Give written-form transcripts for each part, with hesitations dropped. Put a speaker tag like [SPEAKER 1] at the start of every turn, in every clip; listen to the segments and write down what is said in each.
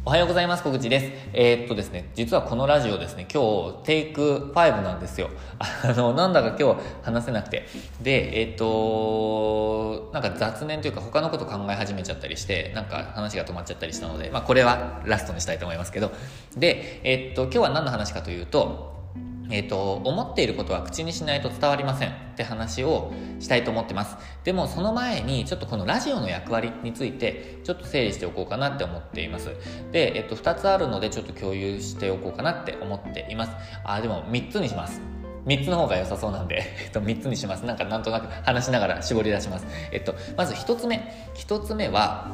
[SPEAKER 1] おはようございます。小口です。ですね、実はこのラジオですね、今日テイク5なんですよ。なんだか今日話せなくて。で、なんか雑念というか他のこと考え始めちゃったりして、なんか話が止まっちゃったりしたので、これはラストにしたいと思いますけど。で、今日は何の話かというと、思っていることは口にしないと伝わりませんって話をしたいと思ってます。でもその前にちょっとこのラジオの役割についてちょっと整理しておこうかなって思っています。で、2つあるのでちょっと共有しておこうかなって思っています。でも3つにします。3つの方が良さそうなんで、3つにします。なんとなく話しながら絞り出します。まず1つ目は、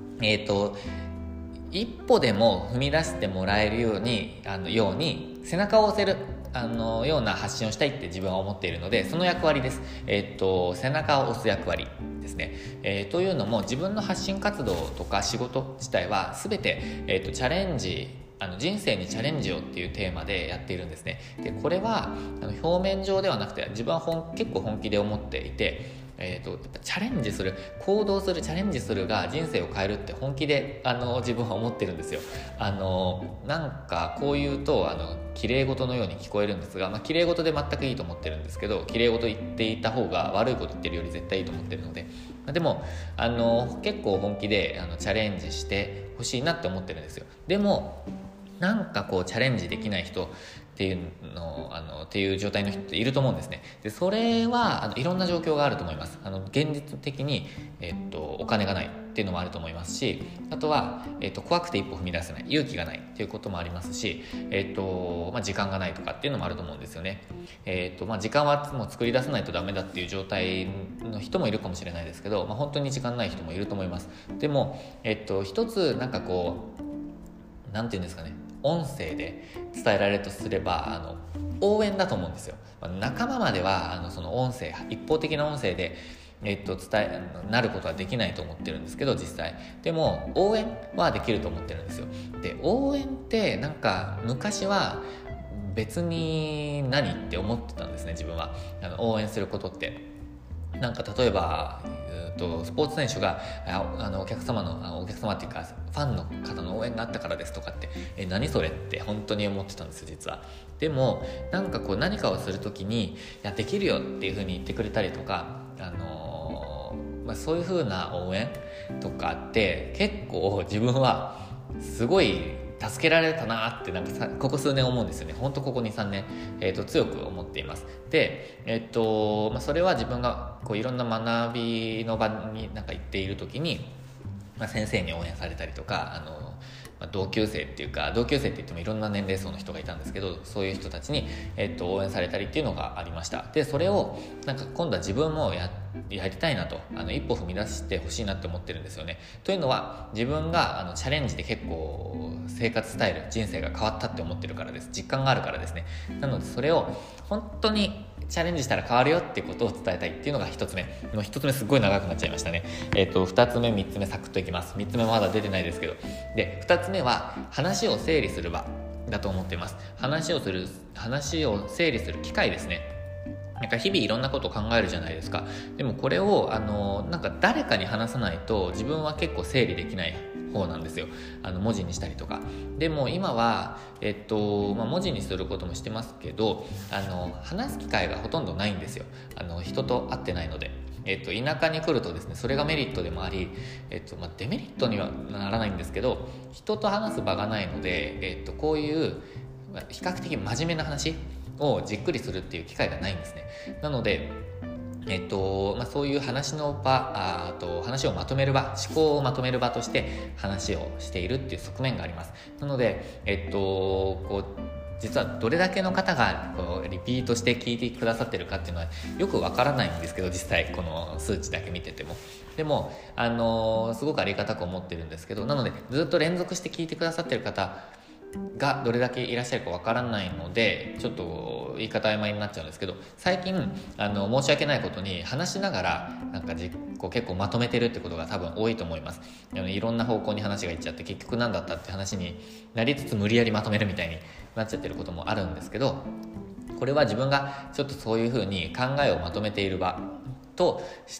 [SPEAKER 1] 一歩でも踏み出してもらえるように背中を押せるような発信をしたいって自分は思っているので、その役割です。背中を押す役割ですね。というのも自分の発信活動とか仕事自体は全て、チャレンジ人生にチャレンジをっていうテーマでやっているんですね。でこれは表面上ではなくて自分は結構本気で思っていて、やっぱチャレンジする、行動する、チャレンジするが人生を変えるって本気で自分は思ってるんですよ。なんかこう言うと綺麗事のように聞こえるんですが、綺麗事で全くいいと思ってるんですけど、綺麗事言っていた方が悪いこと言ってるより絶対いいと思ってるので、でも結構本気でチャレンジしてほしいなって思ってるんですよ。でもなんかこうチャレンジできない人っていうのっていう状態の人っていると思うんですね。でそれはいろんな状況があると思います。現実的に、お金がないっていうのもあると思いますし、あとは、怖くて一歩踏み出せない、勇気がないっていうこともありますし、時間がないとかっていうのもあると思うんですよね。時間はもう作り出さないとダメだっていう状態の人もいるかもしれないですけど、本当に時間ない人もいると思います。でも、一つなんかこうなんていうんですかね、音声で伝えられるとすれば応援だと思うんですよ。仲間まではその音声、一方的な音声でなることはできないと思ってるんですけど、実際でも応援はできると思ってるんですよ。で応援ってなんか昔は別に何って思ってたんですね、自分は。応援することってなんか例えばスポーツ選手がお客様っていうかファンの方の応援があったからですとかって何それって本当に思ってたんですよ、実は。でもなんかこう何かをするときにいやできるよっていう風に言ってくれたりとか、そういう風な応援とかって結構自分はすごい助けられたなってここ数年思うんですよね。本当ここ 2,3 年、強く思っています。で、それは自分がこういろんな学びの場に行っている時に、先生に応援されたりとか同級生って言ってもいろんな年齢層の人がいたんですけど、そういう人たちに、応援されたりっていうのがありました。でそれを今度は自分もやりたいなと一歩踏み出してほしいなって思ってるんですよね。というのは自分がチャレンジで結構生活スタイル、人生が変わったって思ってるからです。実感があるからですね。なのでそれを本当にチャレンジしたら変わるよっていうことを伝えたいっていうのが一つ目。一つ目すっごい長くなっちゃいましたね。二つ目、三つ目サクッといきます。三つ目もまだ出てないですけど、で二つ目は話を整理する場だと思っています。話を整理する機会ですね。日々いろんなことを考えるじゃないですか。でもこれを誰かに話さないと自分は結構整理できない方なんですよ。文字にしたりとか。でも今は文字にすることもしてますけど話す機会がほとんどないんですよ。人と会ってないので。田舎に来るとですね、それがメリットでもあり、デメリットにはならないんですけど、人と話す場がないので、こういう比較的真面目な話をじっくりするっていう機会がないんですね。なのでそういう話の場、話をまとめる場、思考をまとめる場として話をしているっていう側面があります。なので実はどれだけの方がリピートして聞いてくださってるかっていうのはよくわからないんですけど、実際この数値だけ見てても。でもすごくありがたく思ってるんですけど、なのでずっと連続して聞いてくださってる方がどれだけいらっしゃるかわからないので、ちょっと言い方曖昧になっちゃうんですけど、最近申し訳ないことに話しながら結構まとめてるってことが多分多いと思います。いろんな方向に話がいっちゃって結局何だったって話になりつつ無理やりまとめるみたいになっちゃってることもあるんですけど、これは自分がちょっとそういう風に考えをまとめている場として、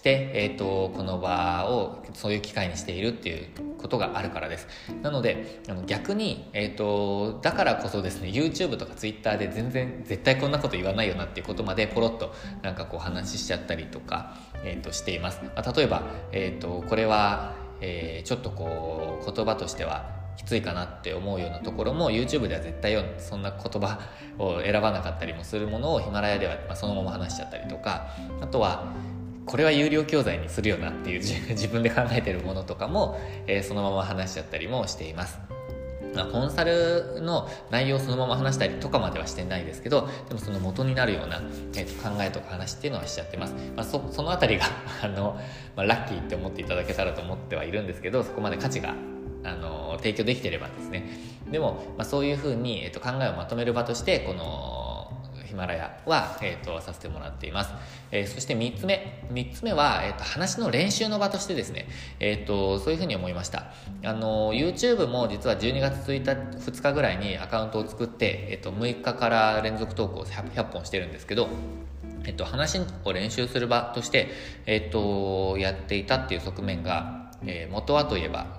[SPEAKER 1] この場をそういう機会にしているっていうことがあるからです。なので逆に、だからこそですね YouTube とか Twitter で全然絶対こんなこと言わないよなっていうことまでポロッとなんかこう話しちゃったりとか、しています。例えば、これは、ちょっとこう言葉としてはきついかなって思うようなところも YouTube では絶対そんな言葉を選ばなかったりもするものをヒマラヤではそのまま話しちゃったりとか、あとはこれは有料教材にするよなっていう自分で考えているものとかも、そのまま話しちゃったりもしています。コンサルの内容をそのまま話したりとかまではしてないですけど、でもその元になるような、考えとか話っていうのはしちゃってます。そのあたりがラッキーって思っていただけたらと思ってはいるんですけど、そこまで価値が提供できていればですね。でも、そういうふうに、考えをまとめる場としてこのヒマラヤは、させてもらっています。そして3つ目は、話の練習の場としてですね、そういうふうに思いました。YouTube も実は12月2日ぐらいにアカウントを作って、6日から連続投稿を100本してるんですけど、話を練習する場として、やっていたっていう側面が、元はといえば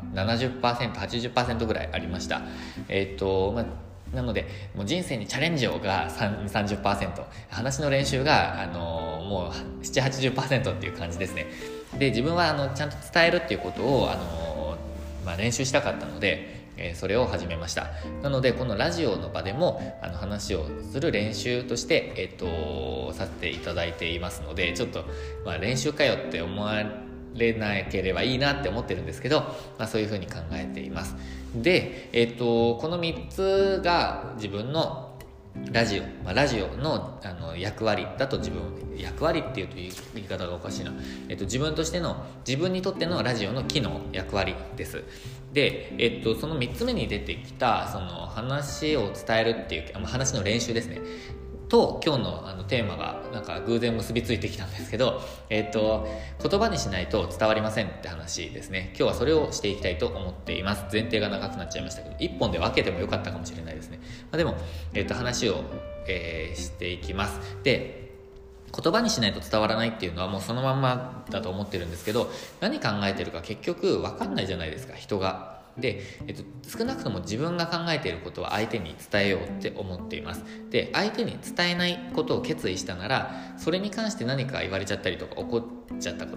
[SPEAKER 1] 70%、80% ぐらいありました。なのでもう人生にチャレンジをが 30%、 話の練習が、もう 7,80% っていう感じですね。で自分はちゃんと伝えるっていうことを、練習したかったので、それを始めました。なのでこのラジオの場でも話をする練習として、させていただいていますので、ちょっと、練習かよって思われなければいいなって思ってるんですけど、そういうふうに考えています。で、この3つが自分のラジオの、役割だと役割っていうと言い方がおかしいな、自分にとってのラジオの機能、役割です。で、その3つ目に出てきたその話を伝えるっていう話の練習ですねと今日のテーマがなんか偶然結びついてきたんですけど、言葉にしないと伝わりませんって話ですね。今日はそれをしていきたいと思っています。前提が長くなっちゃいましたけど、1本で分けてもよかったかもしれないですね。でも、話を、していきます。で、言葉にしないと伝わらないっていうのはもうそのまんまだと思ってるんですけど、何考えてるか結局分かんないじゃないですか、人が。で、少なくとも自分が考えていることは相手に伝えようって思っています。で、相手に伝えないことを決意したなら、それに関して何か言われちゃったりとか怒っちゃったこと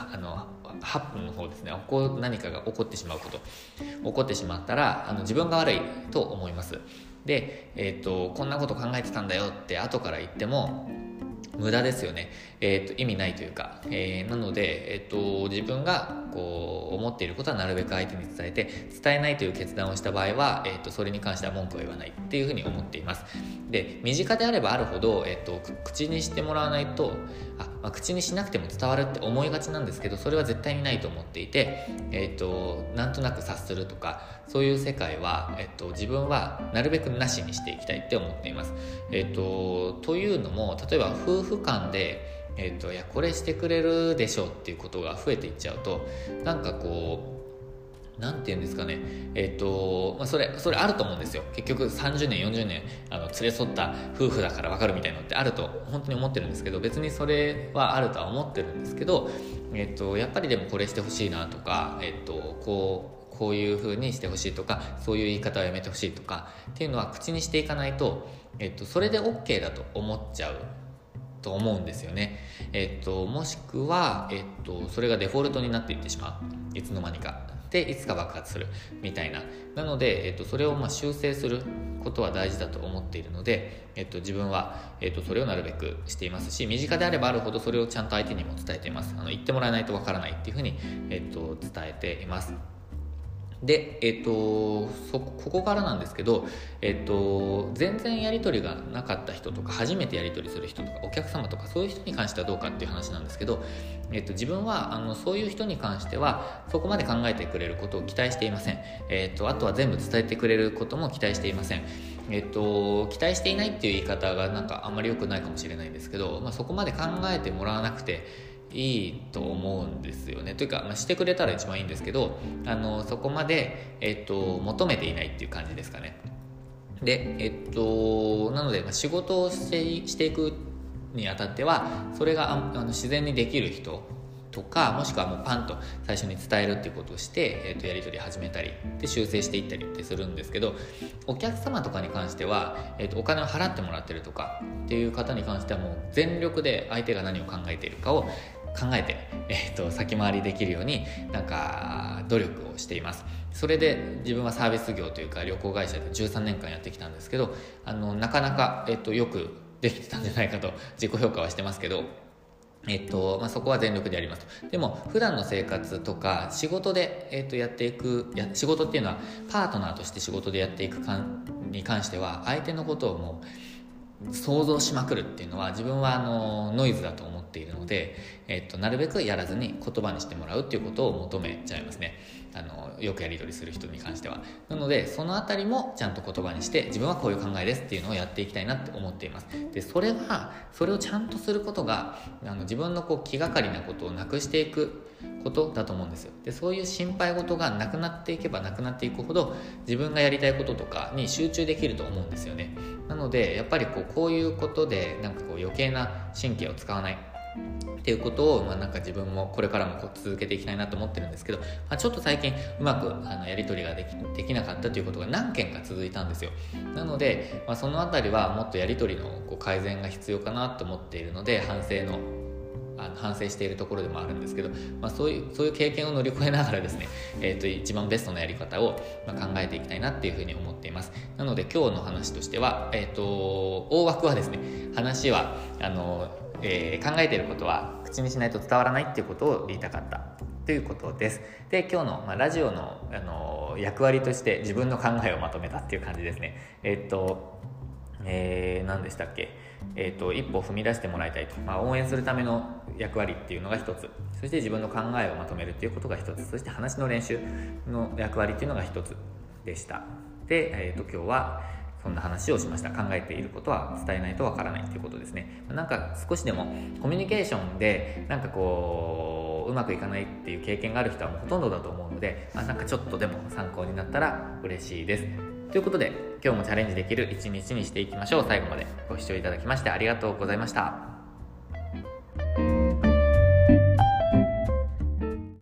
[SPEAKER 1] 、8分の方ですね、何かが起こってしまったら自分が悪いと思います。で、こんなこと考えてたんだよって後から言っても無駄ですよね。意味ないというか、なので、自分がこう思っていることはなるべく相手に伝えないという決断をした場合は、それに関しては文句は言わないっていうふうに思っています。で、身近であればあるほど、口にしてもらわないと口にしなくても伝わるって思いがちなんですけど、それは絶対にないと思っていて、なんとなく察するとかそういう世界は、自分はなるべくなしにしていきたいって思っています。というのも、例えば夫婦間でいやこれしてくれるでしょっていうことが増えていっちゃうと、なんかこうなんて言うんですかね、それあると思うんですよ。結局30年40年連れ添った夫婦だから分かるみたいなのってあると本当に思ってるんですけど、別にそれはあるとは思ってるんですけど、やっぱりでもこれしてほしいなとか、こういう風にしてほしいとか、そういう言い方はやめてほしいとかっていうのは口にしていかないと、それで OK だと思っちゃうと思うんですよね。もしくは、それがデフォルトになっていってしまう、いつの間にかでいつか爆発するみたいな。なので、それを修正することは大事だと思っているので、自分は、それをなるべくしていますし、身近であればあるほどそれをちゃんと相手にも伝えています。言ってもらえないとわからないっていうふうに、伝えています。で、ここからなんですけど、全然やり取りがなかった人とか、初めてやり取りする人とか、お客様とか、そういう人に関してはどうかっていう話なんですけど、自分はそういう人に関してはそこまで考えてくれることを期待していません。あとは全部伝えてくれることも期待していません。期待していないっていう言い方がなんかあんまり良くないかもしれないんですけど、そこまで考えてもらわなくていいと思うんですよね。というか、してくれたら一番いいんですけど、そこまで、求めていないっていう感じですかね。で、なので、仕事をしていくにあたってはそれが自然にできる人とか、もしくはもうパンと最初に伝えるっていうことをして、やり取り始めたりで修正していったりってするんですけど、お客様とかに関しては、お金を払ってもらってるとかっていう方に関してはもう全力で相手が何を考えているかを考えて、先回りできるようになんか努力をしています。それで自分はサービス業というか旅行会社で13年間やってきたんですけど、なかなか、よくできてたんじゃないかと自己評価はしてますけど、そこは全力でやります。でも普段の生活とか仕事で、やっていく仕事っていうのはパートナーとして仕事でやっていくに関しては相手のことをもう想像しまくるっていうのは自分はノイズだと思っているので、なるべくやらずに言葉にしてもらうっていうことを求めちゃいますね。よくやり取りする人に関しては。なのでそのあたりもちゃんと言葉にして自分はこういう考えですっていうのをやっていきたいなって思っています。でそれをちゃんとすることが自分の気がかりなことをなくしていくことだと思うんですよ。でそういう心配事がなくなっていけばなくなっていくほど自分がやりたいこととかに集中できると思うんですよね。なのでやっぱりこういうことで余計な神経を使わないっていうことを、自分もこれからも続けていきたいなと思ってるんですけど、ちょっと最近うまくやり取りができなかったということが何件か続いたんですよ。なので、そのあたりはもっとやり取りの改善が必要かなと思っているので反省しているところでもあるんですけど、そういう経験を乗り越えながらですね、一番ベストなやり方を考えていきたいなっていうふうに思っています。なので今日の話としては、大枠はですね、話は考えていることは口にしないと伝わらないっていうことを言いたかったということです。で今日の、ラジオの、役割として自分の考えをまとめたっていう感じですね。何でしたっけ、一歩踏み出してもらいたいと、応援するための役割っていうのが一つ、そして自分の考えをまとめるっていうことが一つ、そして話の練習の役割っていうのが一つでした。で、今日はそんな話をしました。考えていることは伝えないとわからないということですね。少しでもコミュニケーションでうまくいかないっていう経験がある人はもうほとんどだと思うので、ちょっとでも参考になったら嬉しいです。ということで今日もチャレンジできる一日にしていきましょう。最後までご視聴いただきましてありがとうございました。